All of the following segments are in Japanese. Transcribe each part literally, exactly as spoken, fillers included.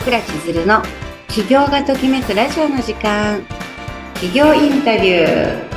倉千鶴の起業がときめくラジオの時間、起業インタビュー。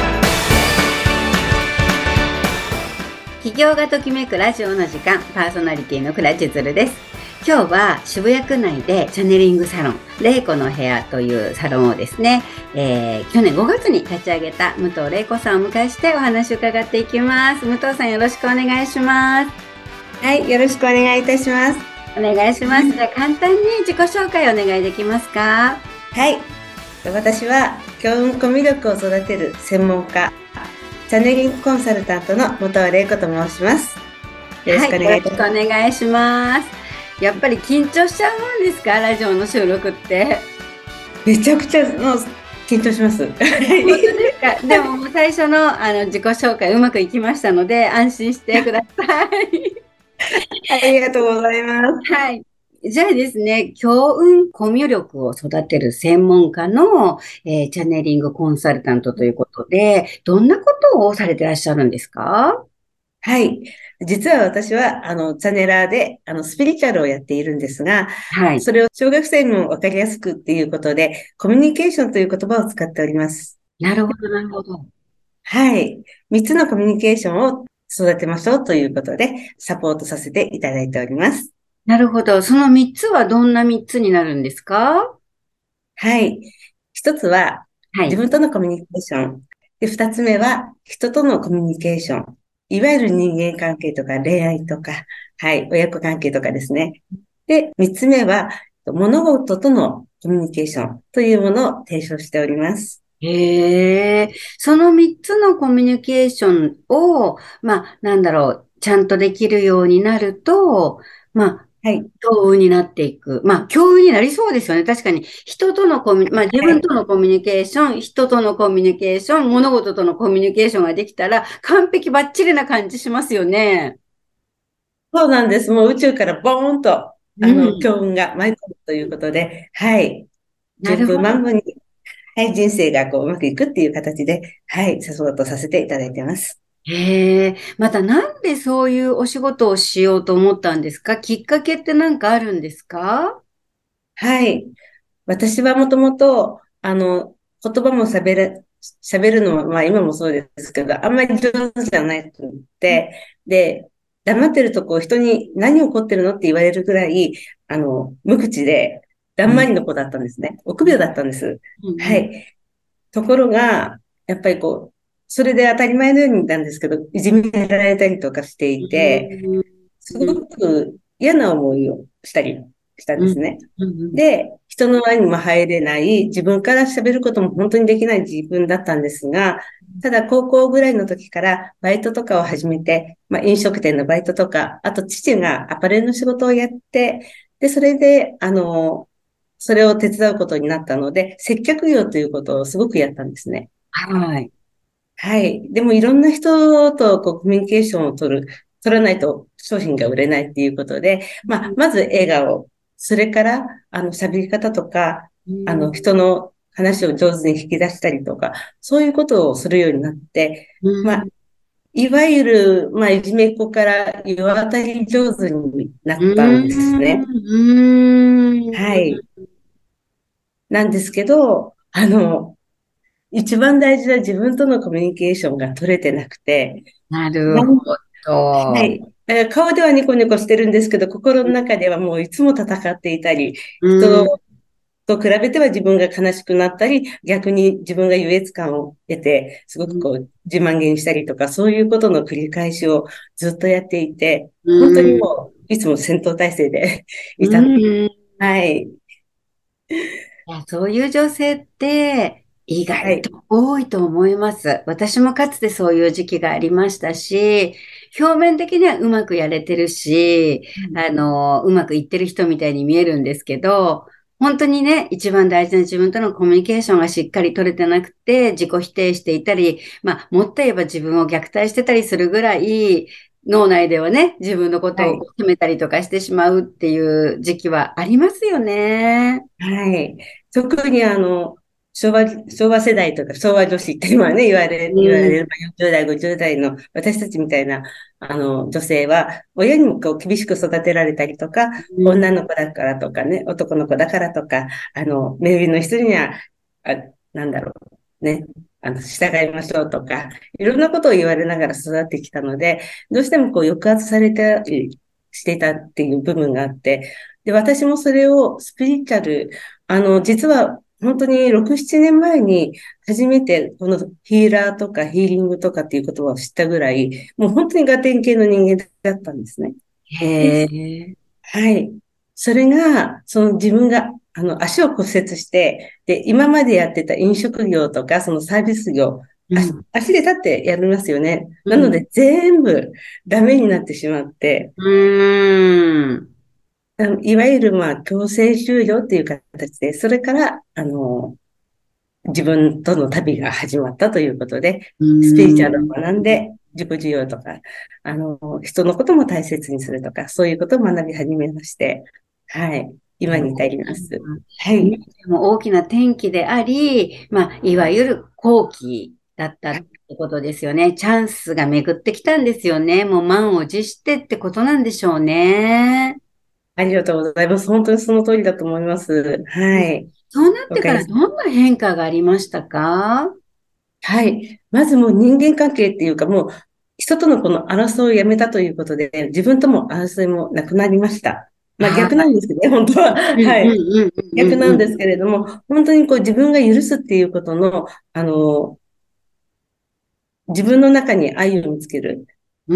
起業がときめくラジオの時間、パーソナリティの倉千鶴です。今日は渋谷区内でチャネリングサロン玲子の部屋というサロンをですね、えー、去年ごがつに立ち上げた武藤玲子さんをお迎えしてお話を伺っていきます。武藤さん、よろしくお願いします。 はい、よろしくお願いいたします。 お願いします。じゃあ簡単に自己紹介お願いできますか？ はい、私は強運コミュ力を育てる専門家、チャネリングコンサルタントの本玲子と申します。よろしくお願いいたします。 はい、よろしくお願いします。やっぱり緊張しちゃうんですか、ラジオの収録って？ めちゃくちゃの緊張します。 本当ですか？でももう最初のあの自己紹介うまくいきましたので安心してください。 ありがとうございます。 はい。じゃあですね、強運コミュ力を育てる専門家の、えーチャネリングコンサルタントということで、どんなことをされてらっしゃるんですか？ はい、実は私はあのチャネラーであのスピリチュアルをやっているんですが、 はい。 それを小学生にもわかりやすくっていうことで、コミュニケーションという言葉を使っております。 なるほど、なるほど。 はい。みっつのコミュニケーションを育てましょうということで、サポートさせていただいております。 なるほど。そのみっつはどんなみっつになるんですか？ はい。一つは、 はい。 自分とのコミュニケーション。で、二つ目は、人とのコミュニケーション。いわゆる人間関係とか恋愛とか、はい、親子関係とかですね。で、三つ目は、物事とのコミュニケーションというものを提唱しております。 へえ、そのみっつのコミュニケーションを、まあ、なんだろう、ちゃんとできるようになると、まあ、 はい。 強運になっていく。まあ、強運になりそうですよね。確かに、人とのコミュニ、まあ、自はい。 分とのコミュニケーション、人とのコミュニケーション、物事とのコミュニケーションができたら、完璧バッチリな感じしますよね。 そうなんです。もう宇宙からボーンと、 うあの、 ん。 強運が舞い込むということで、はい。順なるほど。 風満帆に、はい、人生がこううまくいくっていう形で、はい、サポートさせていただいてます。 へえ、またなんでそういうお仕事をしようと思ったんですか？きっかけって何かあるんですか？ はい。私はもともと、あの、言葉も喋る、喋るのは、まあ今もそうですけど、あんまり上手じゃないくって、で、黙ってるとこう人に何起こってるのって言われるぐらい、あの、無口で、だうん。 んまりの子だったんですね。臆病だったんです。 うんうん。 はい。ところが、やっぱりこう、それで当たり前のようになんですけど、いじめられたりとかしてういて、 ん。 すごく嫌な思いをしたりしたんうん。 ですね。 うん。 で、人の輪にも入れない、自分から喋ることも本当にできない自分だったんですが、ただ高校ぐらいの時からバイトとかを始めて、まあ飲食店のバイトとか、あと父がアパレルの仕事をやって、で、それで、あの、それを手伝うことになったので、接客業ということをすごくやったんですね。 はい。 はい。でもいろんな人とこうコミュニケーションを取る、取らないと商品が売れないっていうことで、まあ、まず笑顔、それから、あの、喋り方とか、 うん。 あの、人の話を上手に引き出したりとか、そういうことをするようになって、まあ、 うん。 いわゆる、まあ、いじめっ子から世渡り上手になうったんですね。 ん。 はい。なんですけど、あの、一番大事な自分とのコミュニケーションが取れてなくて、 なるほなんはど。 い。えー顔ではニコニコしてるんですけど、心の中ではもういつも戦っていたり、 うん。 人と比べては自分が悲しくなったり、逆に自分が優越感を得て、すごくこう自慢げにしたりとか、そういうことの繰り返しをずっとやっていて、 う本当にん。 もういつも戦闘態勢でいうた。 ん。 はい。 いや、そういう女性って意外とはい。 多いと思います。私もかつてそういう時期がありましたし、表面的にはうまくやれてるし、あの、うまくいってる人みたいに見えるんですけど、本当にね、一番大事な自分とのコミュニケーションがしっかり取れてなくて、自己否定していたり、まあ、もっと言えば自分を虐待してたりするぐらい、脳内ではね、自分のことをはい。 責めたりとかしてしまうっていう時期はありますよね。 はい。特にあの、 昭和、昭和世代とか昭和女子って今ね、言われ、言わうん。 れる、まあよんじゅう代、ごじゅう代の私たちみたいな、あの、女性は、親にもこう厳しく育てられたりとか、 うん。 女の子だからとかね、男の子だからとか、あの、目上の人には、あ、なんだろう、ね、あの、従いましょうとか、いろんなことを言われながら育ってきたので、どうしてもこう抑圧されたりしていたっていう部分があって、で、私もそれをスピリチュアル、あの、実は本当にろく、ななねんまえに初めてこのヒーラーとかヒーリングとかっていう言葉を知ったぐらい、もう本当にガテン系の人間だったんですね。で、 へえ。 はい。それが、その自分が、あの、足を骨折して、で、今までやってた飲食業とか、そのサービス業、足、 うん。 足で立ってやりますよね。 うん。 なので、全部ダメになってしまって、 うーん。 あのいわゆる、まあ、強制終了っていう形で、それから、あの、自分との旅が始まったということで、 うスピリチュアーん。 ルを学んで、自己需要とか、あの、人のことも大切にするとか、そういうことを学び始めまして、はい。今に至ります。はい。 ね、でも大きな転機であり、まあ、いわゆる好機だったってことですよね。チャンスが巡ってきたんですよね。もう満を持してってことなんでしょうね。 ありがとうございます。本当にその通りだと思います。 うん、 はい。 そうなってからわかります。 どんな変化がありましたか？ はい。まずもう人間関係っていうか、もう人とのこの争いをやめたということで、自分とも争いもなくなりました。まあ逆なはい。 んですけどね、本当は。 うんうんはい。 うんうんうんうん。 逆なんですけれども、本当にこう自分が許すっていうことの、あの、自分の中に愛を見つける。 うん。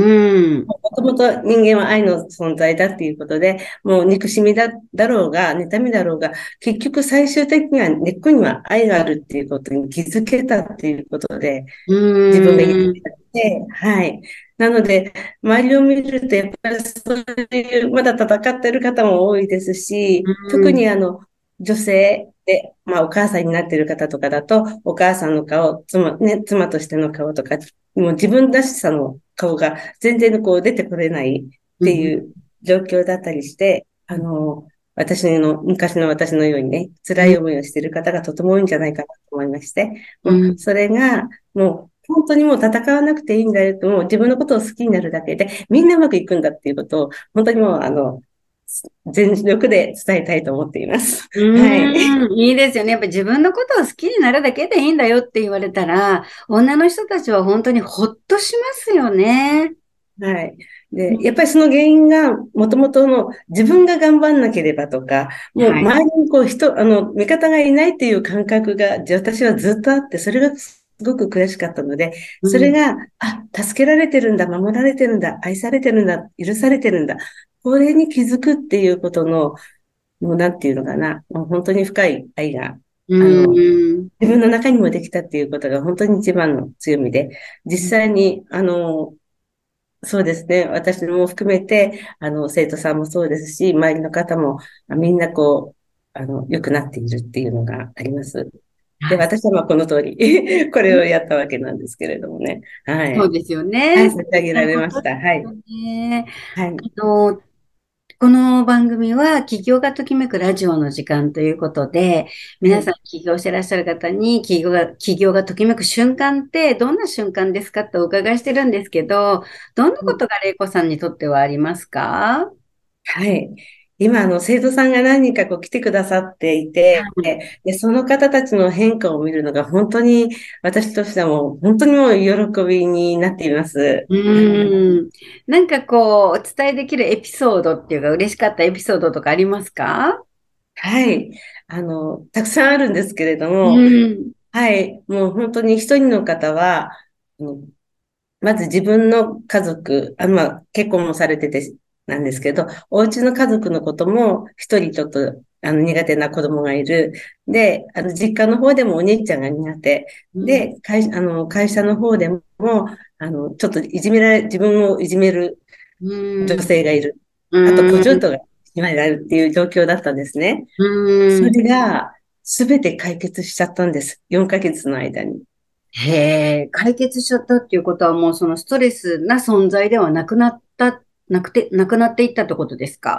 もともと人間は愛の存在だっていうことで、もう憎しみだ、だろうが、妬みだろうが、結局最終的には根っこには愛があるっていうことに気づけたっていうことで、 う自分が言っーん。 て、はい。なので、周りを見ると、やっぱりそういう、まだ戦っている方も多いですし、特うん。 にあの、女性で、まあ、お母さんになっている方とかだと、お母さんの顔、妻、ね、妻としての顔とか、もう自分らしさの顔が全然こう出てこれないってうんいう状況だったりして、あの、私の、昔の私のようにね、辛いうん思いをしている方がとても多いんじゃないかなと思いまして、もう、 うん。 それが、もう、本当にもう戦わなくていいんだよって、もう自分のことを好きになるだけで、みんなうまくいくんだっていうことを、本当にもう、あの、全力で伝えたいと思っています。 うはい。 ーん、いいですよね。やっぱ自分のことを好きになるだけでいいんだよって言われたら、女の人たちは本当にほっとしますよね。 はい。で、やっうん、 ぱりその原因が、もともとの自分が頑張んなければとか、もうはい。 周りにこう人、あの、味方がいないっていう感覚が、じゃあ私はずっとあって、それがすごく悔しかったので、 うん、 それが、あ、助けられてるんだ、守られてるんだ、愛されてるんだ、許されてるんだ。これに気づくっていうことの、もうなんていうのかな、もう本当に深い愛が、 うあの、 ん、 自分の中にもできたっていうことが本当に一番の強みで、実際に、あの、そうですね。私も含めて、あの、生徒さんもそうですし、周りの方も、あみんなこう、あの、良くなっているっていうのがあります。で、 あ、 私はまあこの通りこれをやったわけなんですけれどもね。はい。 そうですよはい、 ね。 差し上げられました。はい。 ね。 はい。 あの、この番組は起業がときめくラジオの時間ということで、皆さんはい。 起業してらっしゃる方に起業が、起業がときめく瞬間ってどんな瞬間ですかとお伺いしてるんですけど、どんなことが玲子さんにとってはありますか？ はい。今、あの、生徒さんが何人かこう来てくださっていて、 はい。 で、その方たちの変化を見るのが本当に、私としてはもう、本当にもう喜びになっています。 うーん。なんかこう、お伝えできるエピソードっていうか、嬉しかったエピソードとかありますか？ はい。あの、たくさんあるんですけれどうも、 ん。 はい。もう本当に一人の方は、あのまず自分の家族、あ、まあ、結婚もされててなんですけど、お家の家族のことも一人ちょっとあの苦手な子供がいる。で、あの実家の方でもお兄ちゃんが苦手。 うん。 で、会、あの会社の方でも、あの、ちょっといじめられ、自分をいじめるう女ん。 性がいる。あと、 うん。 小譲渡が今になるっていう状況だったんですね。 うん。 それが、すべて解決しちゃったんです。よんかげつの間に。 へえ、解決しちゃったっていうことはもうそのストレスな存在ではなくなった、なくて、なくなっていったってことですか？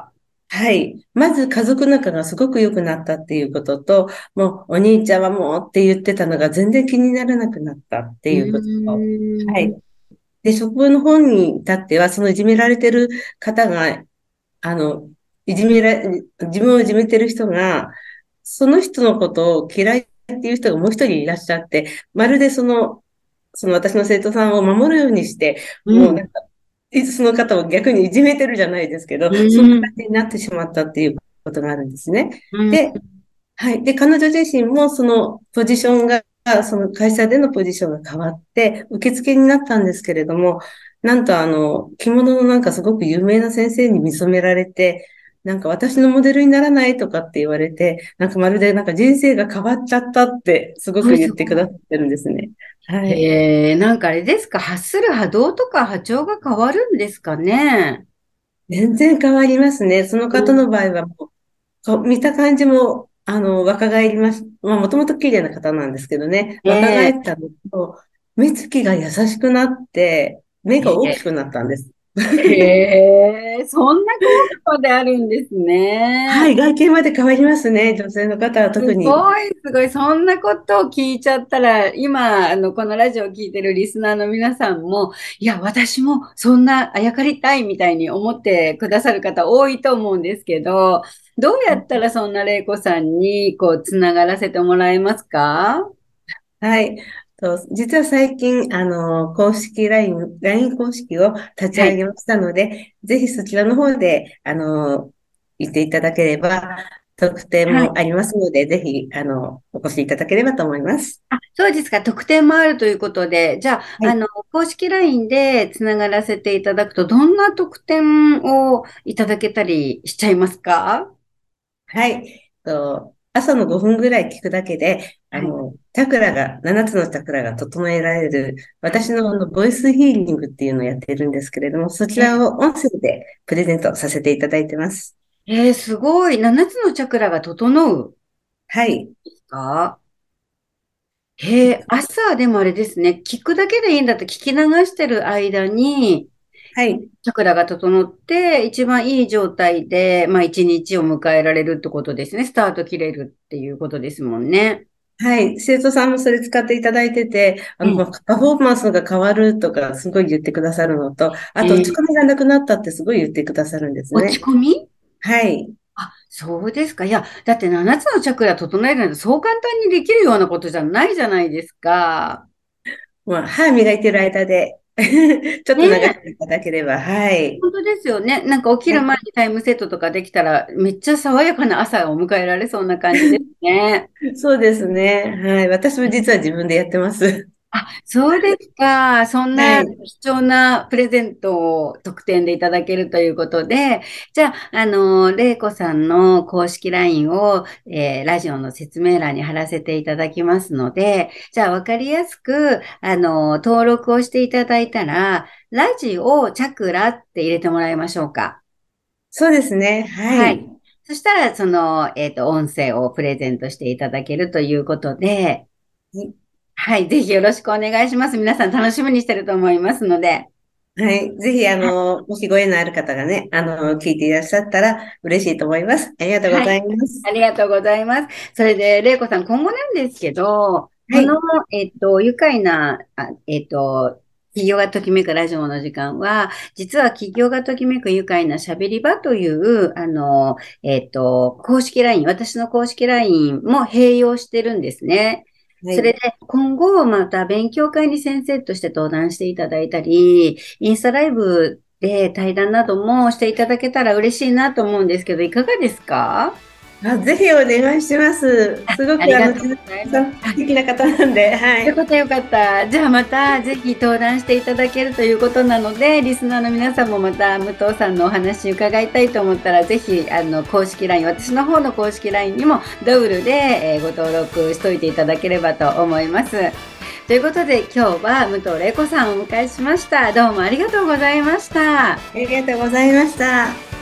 はい。まず家族仲がすごく良くなったっていうことと、もうお兄ちゃんはもうって言ってたのが全然気にならなくなったってういうことと、はーん。 い。で、職場の本に至っては、そのいじめられてる方が、あの、いじめら、自分をいじめてる人が、その人のことを嫌いっていう人がもう一人いらっしゃって、まるでその、その私の生徒さんを守るようにして、 うん。 もうなんか、いつその方を逆にいじめてるじゃないですけど、 うそんな感ん。 じになってしまったっていうことがあるんですね。 うん。 で、はい。で、彼女自身もそのポジションが、その会社でのポジションが変わって、受付になったんですけれども、なんとあの、着物のなんかすごく有名な先生に見初められて、なんか私のモデルにならないとかって言われて、なんかまるでなんか人生が変わっちゃったってすごすごいく言ってくだすごい。 さってるんですね。はい。 へえ、なんかあれですか、発する波動とか波長が変わるんですかね。 全然変わりますね。そのうん。 方の場合はもうそう見た感じも、あの、若返ります。まあ、もともと綺麗な方なんですけどね、若返えったのと、目つきが優しくなって、目が大きくえ、 なったんです。 へえ、そんな効果まであるんですね。 はい、外見まで変わりますね。女性の方はす特に。 ごい、すごい。そんなことを聞いちゃったら、今、あの、このラジオを聞いてるリスナーの皆さんも、いや、私もそんなあやかりたいみたいに思ってくださる方多いと思うんですけど、どうやったらそんな玲子さんに、こう、つながらせてもらえますか？ はい。と、実は最近、あの、公式 ライン、ライン 公式を立ちはい。 上げましたので、ぜひそちらの方で、あの、言っていただければ、特典はい。 もありますので、ぜひ、あの、お越しいただければと思います。 あ、そうですか。特典もあるということで、じゃあ、 はい。 あの、公式 ライン でつながらせていただくと、どんな特典をいただけたりしちゃいますか？ はい。と、朝のごふんぐらい聞くだけで、あはい。 の、チャクラが、ななつのチャクラが整えられる、 はい。 私のあの、ボイスヒーリングっていうのをやってるんですけれども、そちらを音声でプレゼントさせていただいてます。 えー、すごい。ななつのチャクラが整うはい。 ですか？へえ、朝でもあれですね。聞くだけでいいんだって聞き流してる間に、 はい。 チャクラが整って、一番いい状態で、まあ一日を迎えられるってことですね。スタート切れるっていうことですもんね。 はい。生徒さんもそれ使っていただいてて、あの、まあえパフォーマンスが変わるとか、すごい言ってくださるのと、あえ、 と、 えー落ち込みがなくなったってすごい言ってくださるんです落ちね。 込み。 はい。 あ、そうですか。いや、だってななつのチャクラ整えるなんてそう簡単にできるようなことじゃないじゃないですか。 まあ、歯磨いてる間でちょっと流しね。 ていただければ、はい。 本当ですよね。なんか起きはい。 る前にタイムセットとかできたら、めっちゃ爽やかな朝を迎えられそうな感じですね。 そうですね。はい。私も実は自分でやってます。 あ、そうですか。そんなはい。 貴重なプレゼントを特典でいただけるということで、じゃあ、あの、れいこさんの公式 ライン を、えーラジオの説明欄に貼らせていただきますので、じゃあ、わかりやすく、あの、登録をしていただいたら、ラジオチャクラって入れてもらいましょうか。 そうですね。ははい。 い。 そしたら、その、えっと、音声をプレゼントしていただけるということで、はい。ぜひよろしくお願いします。皆さん楽しみにしてると思いますので。 はい。ぜひ、あはい。 の、もしご縁のある方がね、あの、聞いていらっしゃったら嬉しいと思います。ありがとうござはい。 います。 ありがとうございます。それで、れいこさん、今後なんですけど、この、 はい。 えっと、愉快な、あえっと、企業がときめくラジオの時間は、実は企業がときめく愉快な喋り場という、あの、えっと、公式 ライン、私の公式 ライン も併用してるんですね。 はい。 それで、今後、また勉強会に先生として登壇していただいたり、インスタライブで対談などもしていただけたら嬉しいなと思うんですけど、いかがですか？ あ、ぜひお願いします。すごく、あの、 ありがとう千ございます。 鶴さん、素敵な方なんで、はい。 よかったよかった。じゃあまたぜひ登壇していただけるということなので、リスナーの皆さんもまた武藤さんのお話伺いたいと思ったら、ぜひあの公式 ライン、私の方の公式 ライン にもダブルで、えーご登録しといていただければと思います。ということで今日は武藤玲子さんをお迎えしました。どうもありがとうございました。 ありがとうございました。